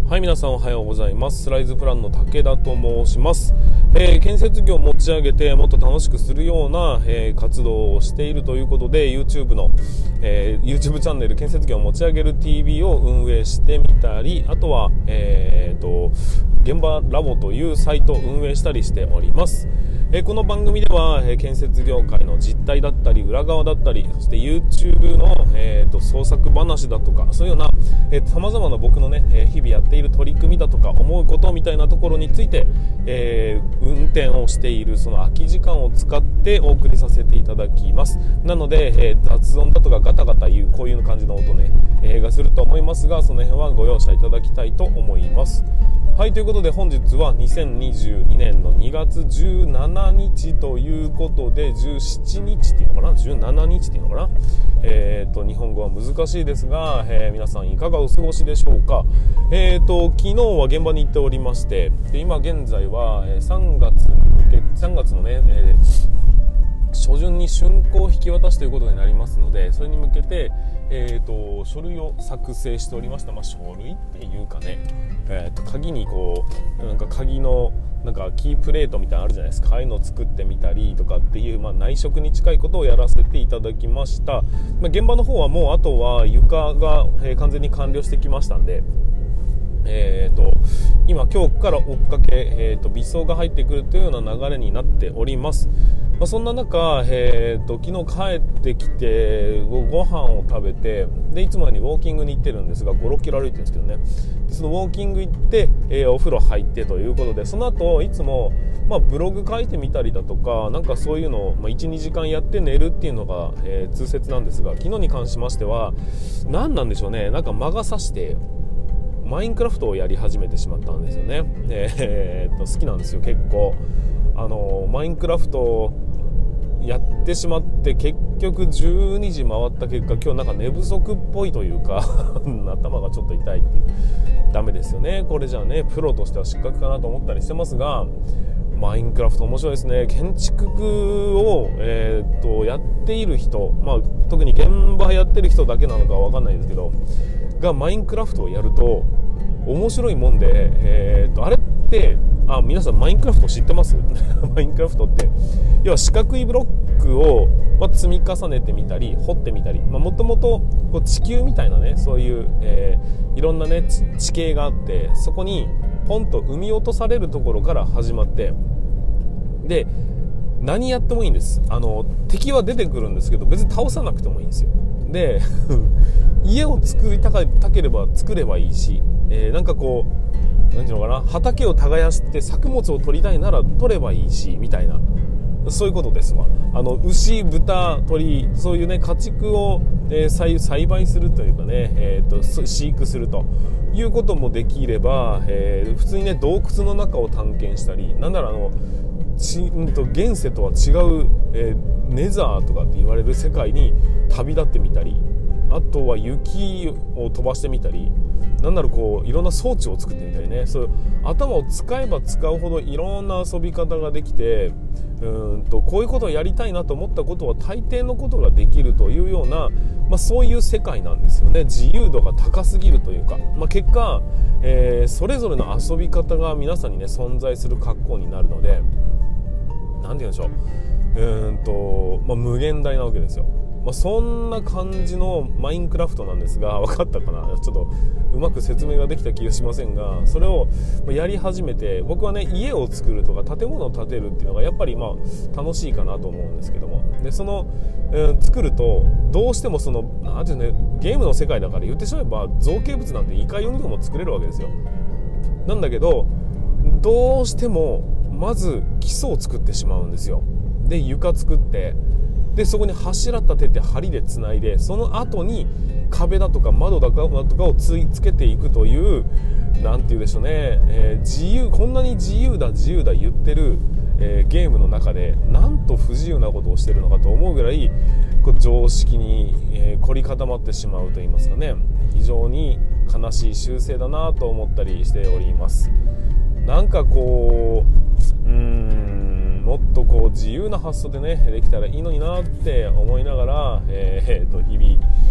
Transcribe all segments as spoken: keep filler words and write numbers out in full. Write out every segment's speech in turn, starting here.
はい、皆さんおはようございます。スライズプランの武田と申します。えー、建設業を持ち上げてもっと楽しくするような、えー、活動をしているということで YouTube の、えー、YouTube チャンネル建設業を持ち上げる ティーブイ を運営してみたり、あとは、えー、と現場ラボというサイトを運営したりしております。えー、この番組では、えー、建設業界の実態だったり裏側だったり、そして YouTube の、えー、と創作話だとか、そういうようなさまざまな僕のね、えー、日々やっている取り組みだとか思うことみたいなところについて、えー、運転をしているその空き時間を使ってお送りさせていただきます。なので、えー、雑音だとかガタガタいうこういう感じの音ね、えー、がすると思いますが、その辺はご容赦いただきたいと思います。はい、ということで本日はにせんにじゅうにねんのにがつじゅうしちにちということで、じゅうしちにちっていうのかな、じゅうしちにちっていうのかな、えーと日本語は難しいですが、えー、皆さんいかがお過ごしでしょうか。えーと昨日は現場に行っておりまして、で今現在はさんがつに向けさんがつのね、えー初旬に竣工引き渡しということになりますので、それに向けて、えー、と書類を作成しておりました。まあ、書類っていうかね、えー、と鍵にこうなんか鍵のなんかキープレートみたいなのあるじゃないですか。ああいうのを作ってみたりとかっていう、まあ、内職に近いことをやらせていただきました。まあ、現場の方はもうあとは床が、えー、完全に完了してきましたんで、えー、と今今日から追っかけ、えー、と微装が入ってくるというような流れになっております。まあ、そんな中、えー、と昨日帰ってきて ご, ご飯を食べて、でいつもよりウォーキングに行ってるんですが、ご、ろっキロ歩いてるんですけどね、そのウォーキング行って、えー、お風呂入ってということで、その後いつも、まあ、ブログ書いてみたりだとか、なんかそういうのを、まあ、いち、にじかんやって寝るっていうのが、えー、通説なんですが、昨日に関しましては何なんでしょうね、なんか魔が差してマインクラフトをやり始めてしまったんですよね。えー、っと好きなんですよ結構。あのマインクラフトをやってしまって、結局じゅうにじ回った結果、今日なんか寝不足っぽいというか頭がちょっと痛いっていう、ダメですよねこれじゃあね。プロとしては失格かなと思ったりしてますが、マインクラフト面白いですね。建築を、えー、っとやっている人、まあ、特に現場やってる人だけなのかは分かんないですけどがマインクラフトをやると面白いもんで、えー、っとあれってあ皆さんマインクラフト知ってますマインクラフトって要は四角いブロックを、まあ、積み重ねてみたり掘ってみたり、もともと地球みたいなね、そういう、えー、いろんなね地形があって、そこにポンと産み落とされるところから始まって、で何やってもいいんです。あの敵は出てくるんですけど、別に倒さなくてもいいんですよ。で家を作りたければ作ればいいし、えー、なんかこうなんていうのかな、畑を耕して作物を取りたいなら取ればいいしみたいな、そういうことですわ。あの牛、豚、鳥、そういうね家畜を、えー、栽培するというかね、えー、と飼育するということもできれば、えー、普通にね洞窟の中を探検したり、なんならあのちんと現世とは違う、えー、ネザーとかって言われる世界に旅立ってみたり、あとは雪を飛ばしてみたり、なんならこういろんな装置を作ってみたりね、そういう頭を使えば使うほどいろんな遊び方ができて、うーんとこういうことをやりたいなと思ったことは大抵のことができるというような、まあ、そういう世界なんですよね。自由度が高すぎるというか、まあ、結果、えー、それぞれの遊び方が皆さんにね存在する格好になるので、なんて言うんでしょう、うーんと、まあ、無限大なわけですよ。まあ、そんな感じのマインクラフトなんですが、分かったかな、ちょっとうまく説明ができた気がしませんが、それをやり始めて、僕はね家を作るとか建物を建てるっていうのがやっぱりまあ楽しいかなと思うんですけども、でその、えー、作るとどうしてもそのなんていうね、ゲームの世界だから言ってしまえば造形物なんていかようにでも作れるわけですよ。なんだけどどうしてもまず基礎を作ってしまうんですよ。で床作って、でそこに柱立てて梁でつないで、その後に壁だとか窓だとかをついつけていくという、なんて言うでしょうね、えー、自由、こんなに自由だ自由だ言ってる、えー、ゲームの中でなんと不自由なことをしてるのかと思うぐらい、こう常識に、えー、凝り固まってしまうと言いますかね、非常に悲しい習性だなと思ったりしております。なんかこううーんもっとこう自由な発想でねできたらいいのになって思いながら、えー、と日々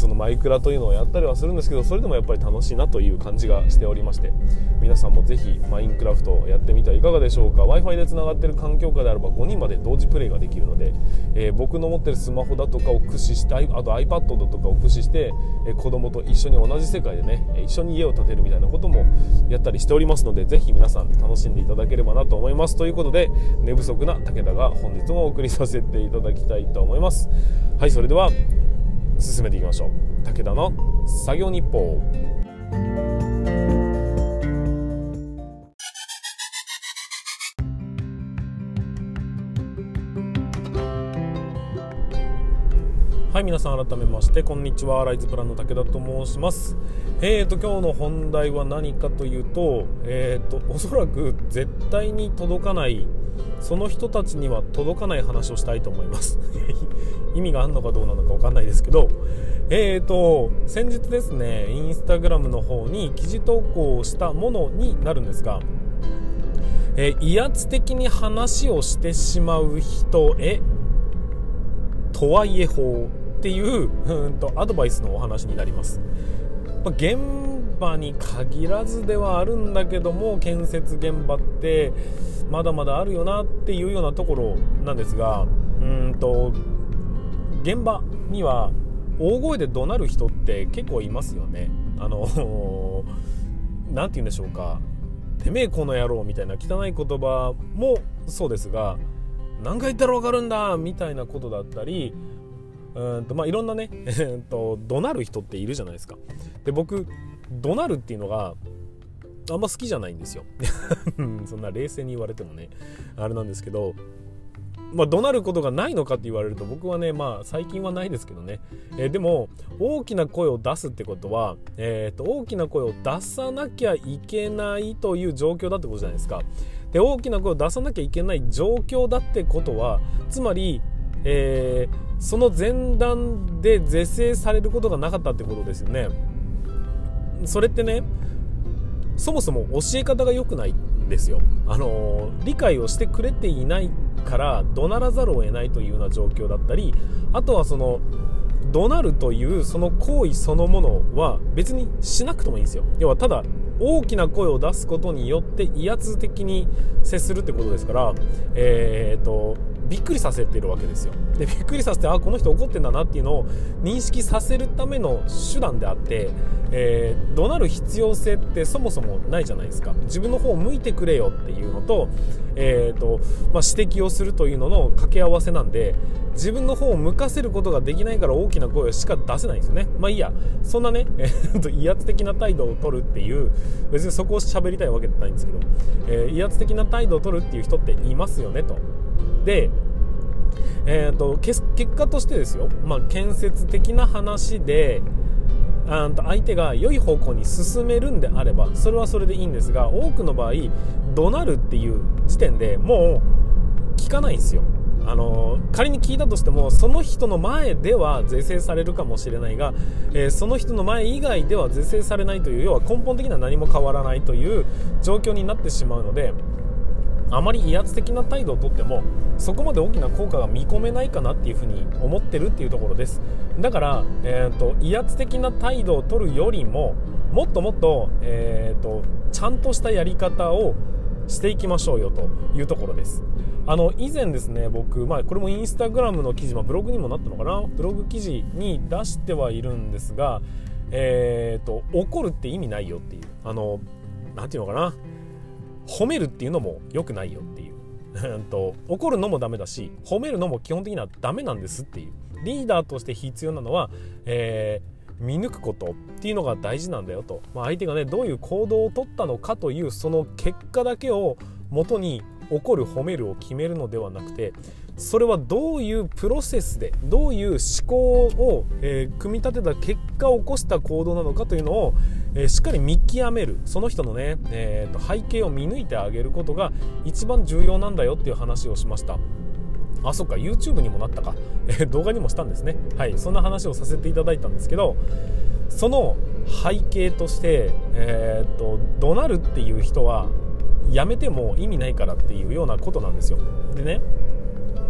そのマイクラというのをやったりはするんですけど、それでもやっぱり楽しいなという感じがしておりまして、皆さんもぜひマインクラフトをやってみてはいかがでしょうか。 Wi-Fi でつながっている環境下であればごにんまで同時プレイができるので、えー、僕の持っているスマホだとかを駆使して、あと iPad だとかを駆使して、えー、子供と一緒に同じ世界でね一緒に家を建てるみたいなこともやったりしておりますので、ぜひ皆さん楽しんでいただければなと思います。ということで、寝不足な武田が本日もお送りさせていただきたいと思います。はい、それでは進めていきましょう。武田の作業日報。はい、皆さん改めましてこんにちは。ライズプランの武田と申します。えーと今日の本題は何かというと、えーとおそらく絶対に届かない、その人たちには届かない話をしたいと思います意味があるのかどうなのか分かんないですけど、えーと先日ですね、インスタグラムの方に記事投稿をしたものになるんですが、えー、威圧的に話をしてしまう人へとはいえ法っていう、うんとアドバイスのお話になります。まあ、現場に限らずではあるんだけども、建設現場ってまだまだあるよなっていうようなところなんですが、うんと現場には大声で怒鳴る人って結構いますよね。あのなんて言うんでしょうか、てめえこの野郎みたいな汚い言葉もそうですが、何回言ったら分かるんだみたいなことだったり、うんとまあいろんなねと怒鳴る人っているじゃないですか。で、僕怒鳴るっていうのがあんま好きじゃないんですよそんな冷静に言われてもねあれなんですけど、まあ怒鳴ることがないのかって言われると、僕はねまあ最近はないですけどね、えー、でも大きな声を出すってことは、えー、と大きな声を出さなきゃいけないという状況だってことじゃないですか。で、大きな声を出さなきゃいけない状況だってことは、つまり、えー、その前段で是正されることがなかったってことですよね。それってね、そもそも教え方が良くないんですよ。あのー、理解をしてくれていないから怒鳴らざるを得ないというような状況だったり、あとはその怒鳴るというその行為そのものは別にしなくてもいいんですよ。要はただ大きな声を出すことによって威圧的に接するってことですから、えー、とびっくりさせてるわけですよ。で、びっくりさせて、あ、この人怒ってんだなっていうのを認識させるための手段であって、えー、怒鳴る必要性ってそもそもないじゃないですか。自分の方を向いてくれよっていうのと、えーとまあ、指摘をするというのの掛け合わせなんで、自分の方を向かせることができないから大きな声しか出せないんですよね。まあいいや、そんなね、えー、と威圧的な態度を取るっていう、別にそこを喋りたいわけじゃないんですけど、えー、威圧的な態度を取るっていう人っていますよねと。で、えー、と結果としてですよ、まあ、建設的な話であ相手が良い方向に進めるんであればそれはそれでいいんですが、多くの場合怒鳴るっていう時点でもう聞かないんですよ。あの仮に聞いたとしても、その人の前では是正されるかもしれないが、えー、その人の前以外では是正されないという、要は根本的には何も変わらないという状況になってしまうので、あまり威圧的な態度をとってもそこまで大きな効果が見込めないかなっていうふうに思ってるっていうところです。だから、えーと、威圧的な態度を取るよりももっともっと、えーと、ちゃんとしたやり方をしていきましょうよというところです。あの以前ですね、僕、まあ、これもインスタグラムの記事、まあ、ブログにもなったのかな、ブログ記事に出してはいるんですが、えーと、怒るって意味ないよっていう、あのなんていうのかな、褒めるっていうのも良くないよっていう怒るのもダメだし、褒めるのも基本的にはダメなんですっていう。リーダーとして必要なのは、えー、見抜くことっていうのが大事なんだよと、まあ、相手がねどういう行動を取ったのかというその結果だけを元に怒る褒めるを決めるのではなくて、それはどういうプロセスでどういう思考を、えー、組み立てた結果を起こした行動なのかというのを、えー、しっかり見極める、その人のね、えー、と背景を見抜いてあげることが一番重要なんだよっていう話をしました。あ、そっか YouTube にもなったか、えー、動画にもしたんですね。はい、そんな話をさせていただいたんですけど、その背景として、えー、と怒鳴るっていう人はやめても意味ないからっていうようなことなんですよ。でね、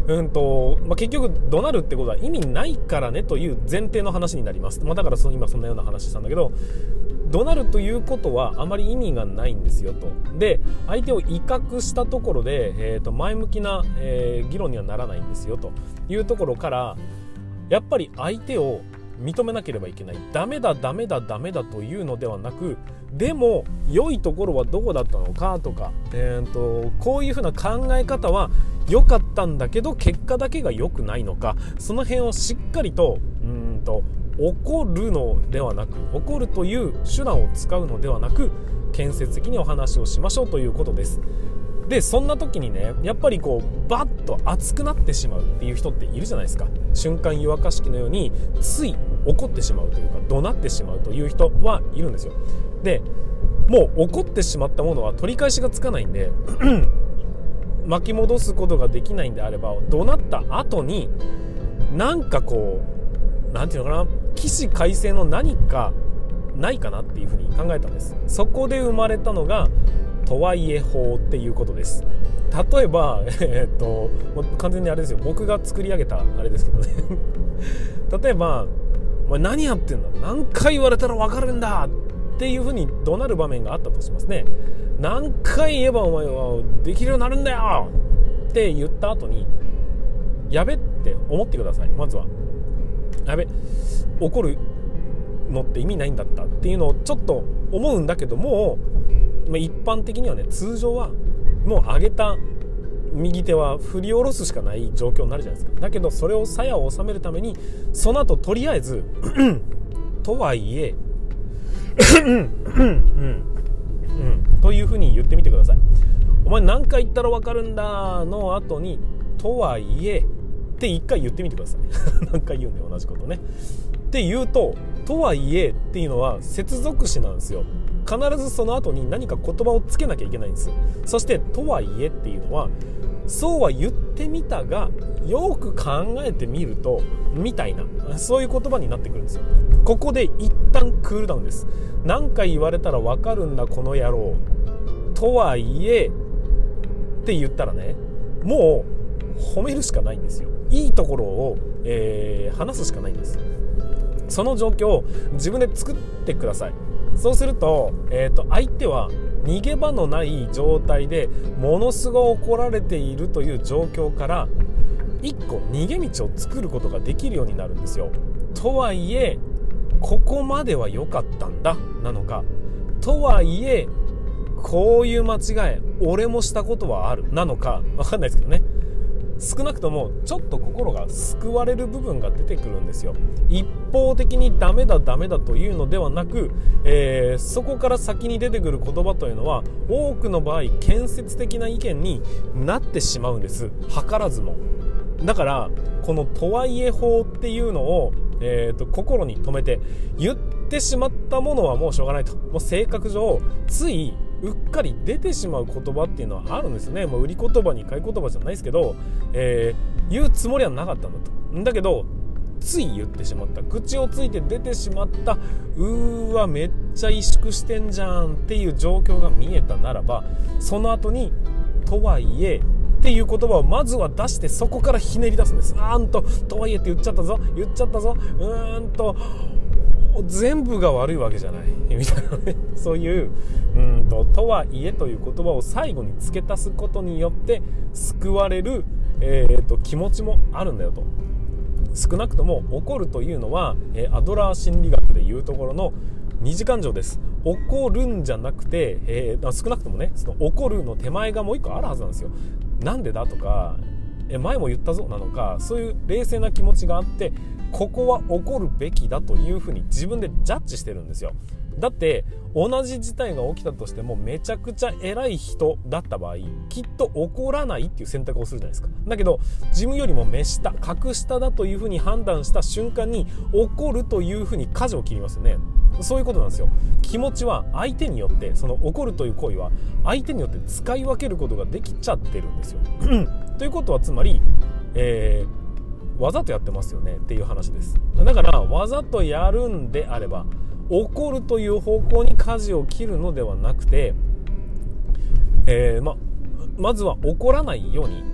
うんとまあ、結局怒鳴るってことは意味ないからねという前提の話になります、まあ、だからその今そんなような話したんだけど、怒鳴るということはあまり意味がないんですよと。で相手を威嚇したところで、えー、と前向きな、えー、議論にはならないんですよというところから、やっぱり相手を認めなければいけない。ダメだダメだダメだというのではなく、でも良いところはどこだったのかとか、えー、とこういうふうな考え方は良かったんだけど結果だけが良くないのか、その辺をしっかりとうーんと怒るのではなく、怒るという手段を使うのではなく、建設的にお話をしましょうということです。でそんな時にね、やっぱりこうバッと熱くなってしまうっていう人っているじゃないですか。瞬間湯沸かし器のようについ怒ってしまうというか怒鳴ってしまうという人はいるんですよ。でもう怒ってしまったものは取り返しがつかないんで巻き戻すことができないんであれば、怒鳴った後になんかこうなんていうのかな、起死回生の何かないかなっていうふうに考えたんです。そこで生まれたのがとはいえ法っていうことです。例えば、えー、っと完全にあれですよ、僕が作り上げたあれですけどね例えばお前何やってんだ、何回言われたら分かるんだっていうふうに怒鳴る場面があったとしますね。何回言えばお前はできるようになるんだよって言った後に、やべって思ってください。まずはやべ、怒るのって意味ないんだったっていうのをちょっと思うんだけども、まあ、一般的にはね、通常はもう上げた右手は振り下ろすしかない状況になるじゃないですか。だけどそれを鞘を収めるために、その後とりあえずとはいえうんうんというふうに言ってみてください。お前何回言ったら分かるんだの後にとはいえって一回言ってみてください何回言うんだよ同じことねって言うと、とはいえっていうのは接続詞なんですよ。必ずその後に何か言葉をつけなきゃいけないんです。そしてとはいえっていうのは、そうは言ってみたがよく考えてみるとみたいな、そういう言葉になってくるんですよ。ここで一旦クールダウンです。何回言われたら分かるんだこの野郎、とはいえって言ったらね、もう褒めるしかないんですよ。いいところを、えー、話すしかないんです。その状況を自分で作ってください。そうすると、えーと、相手は逃げ場のない状態でものすごい怒られているという状況から一個逃げ道を作ることができるようになるんですよ。とはいえここまでは良かったんだなのか、とはいえこういう間違い俺もしたことはあるなのか分かんないですけどね、少なくともちょっと心が救われる部分が出てくるんですよ。一方的にダメだダメだというのではなく、えー、そこから先に出てくる言葉というのは多くの場合建設的な意見になってしまうんです、図らずも。だからこのとはいえ法っていうのを、えーと、心に留めて、言ってしまったものはもうしょうがないと、もう性格上ついうっかり出てしまう言葉っていうのはあるんですね。もう売り言葉に買い言葉じゃないですけど、えー、言うつもりはなかったんだと。だけどつい言ってしまった、口をついて出てしまった、うーわめっちゃ萎縮してんじゃんっていう状況が見えたならば、その後にとはいえっていう言葉をまずは出して、そこからひねり出すんです。あーんととはいえって言っちゃったぞ言っちゃったぞうーんと全部が悪いわけじゃないみたいなね、そういううんととはいえという言葉を最後に付け足すことによって救われる、えー、と気持ちもあるんだよと。少なくとも怒るというのは、えー、アドラー心理学でいうところの二次感情です。怒るんじゃなくて、えー、少なくともね、その怒るの手前がもう一個あるはずなんですよ。なんでだとか、え前も言ったぞなのか、そういう冷静な気持ちがあって、ここは怒るべきだというふうに自分でジャッジしてるんですよ。だって同じ事態が起きたとしてもめちゃくちゃ偉い人だった場合、きっと怒らないっていう選択をするじゃないですか。だけど自分よりも目下格下だというふうに判断した瞬間に怒るというふうに舵を切りますよね。そういうことなんですよ。気持ちは相手によって、その怒るという行為は相手によって使い分けることができちゃってるんですよということはつまり、えー、わざとやってますよねっていう話です。だからわざとやるんであれば、怒るという方向に舵を切るのではなくて、えーま、まずは怒らないように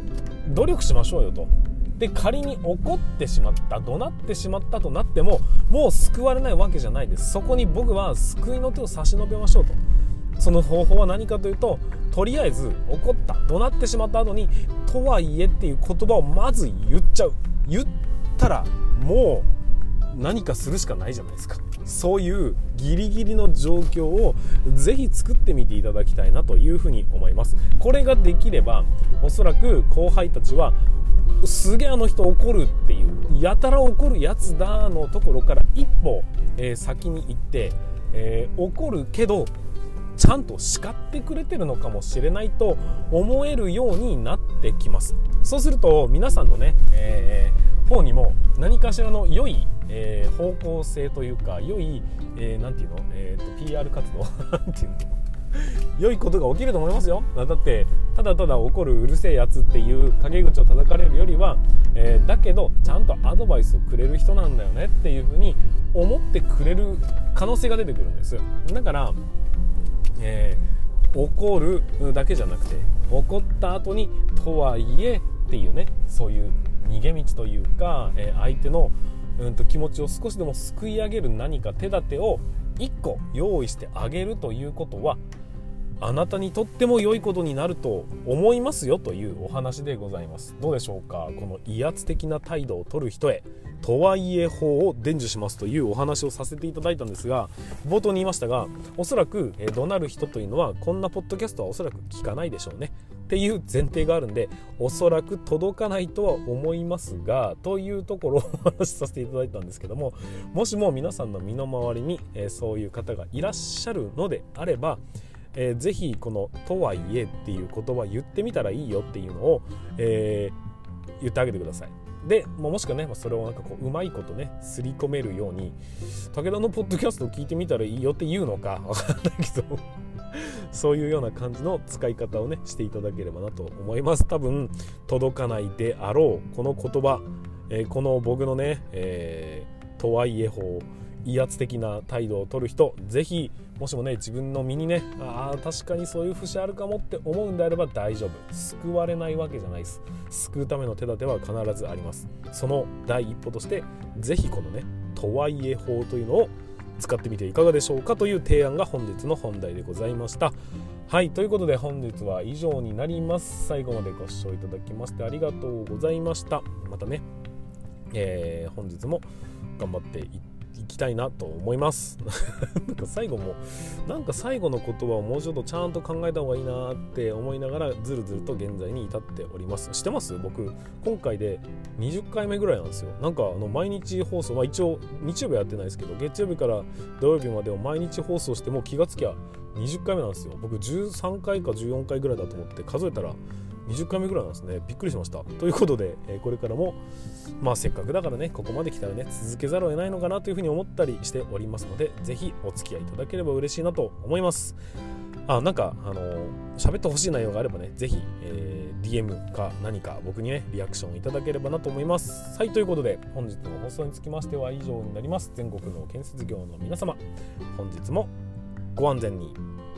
努力しましょうよと。で仮に怒ってしまった、怒鳴ってしまったとなってももう救われないわけじゃないです。そこに僕は救いの手を差し伸べましょうと。その方法は何かというと、とりあえず怒った、怒鳴ってしまった後にとはいえっていう言葉をまず言っちゃう。言ったらもう何かするしかないじゃないですか。そういうギリギリの状況をぜひ作ってみていただきたいなというふうに思います。これができればおそらく後輩たちはすげえあの人怒るっていう、やたら怒るやつだのところから一歩、えー、先に行って、えー、怒るけどちゃんと叱ってくれてるのかもしれないと思えるようになってきます。そうすると皆さんのね、えー、方にも何かしらの良い、えー、方向性というか良い、えー、なんていうの、えー、と ピーアール 活動なんていうの良いことが起きると思いますよ。だってただただ怒るうるせえやつっていう陰口を叩かれるよりは、えー、だけどちゃんとアドバイスをくれる人なんだよねっていうふうに思ってくれる可能性が出てくるんです。だから、えー、怒るだけじゃなくて怒った後にとはいえっていうね、そういう逃げ道というか、えー、相手の、うん、と気持ちを少しでもすくい上げる何か手立てをいっこ用意してあげるということはあなたにとっても良いことになると思いますよというお話でございます。どうでしょうか。この威圧的な態度を取る人へとはいえ法を伝授しますというお話をさせていただいたんですが、冒頭に言いましたがおそらく、えー、怒鳴る人というのはこんなポッドキャストはおそらく聞かないでしょうねっていう前提があるんで、おそらく届かないとは思いますがというところをお話しさせていただいたんですけども、もしも皆さんの身の回りに、えー、そういう方がいらっしゃるのであれば、えー、ぜひこのとはいえっていう言葉言ってみたらいいよっていうのを、えー、言ってあげてください。でもしくはね、それをなんかこううまいことねすり込めるように武田のポッドキャストを聞いてみたらいいよっていうのかわかんないけどそういうような感じの使い方をねしていただければなと思います。多分届かないであろうこの言葉、えー、この僕のね、えー、とはいえ法威圧的な態度を取る人、ぜひもしもね自分の身にねああ確かにそういう節あるかもって思うんであれば大丈夫、救われないわけじゃないです。救うための手立ては必ずあります。その第一歩としてぜひこのねとはいえ法というのを使ってみていかがでしょうかという提案が本日の本題でございました。はい、ということで本日は以上になります。最後までご視聴いただきましてありがとうございました。またね、えー、本日も頑張っていっていきたいなと思いますなんか最後もなんか最後の言葉をもうちょっとちゃんと考えた方がいいなって思いながらずるずると現在に至っております。知ってます？僕今回でにじゅっかいめぐらいなんですよ。なんかあの毎日放送、まあ一応日曜日はやってないですけど月曜日から土曜日までを毎日放送しても気がつきゃにじゅっかいめなんですよ。僕じゅうさんかいかじゅうよんかいぐらいだと思って数えたらにじゅっかいめぐらいなんですね。びっくりしました。ということで、えー、これからもまあせっかくだからねここまで来たらね続けざるを得ないのかなというふうに思ったりしておりますので、ぜひお付き合いいただければ嬉しいなと思います。あ、なんかあのー、喋ってほしい内容があればねぜひ、えー、ディーエム か何か僕にねリアクションいただければなと思います。はい、ということで本日の放送につきましては以上になります。全国の建設業の皆様、本日もご安全に。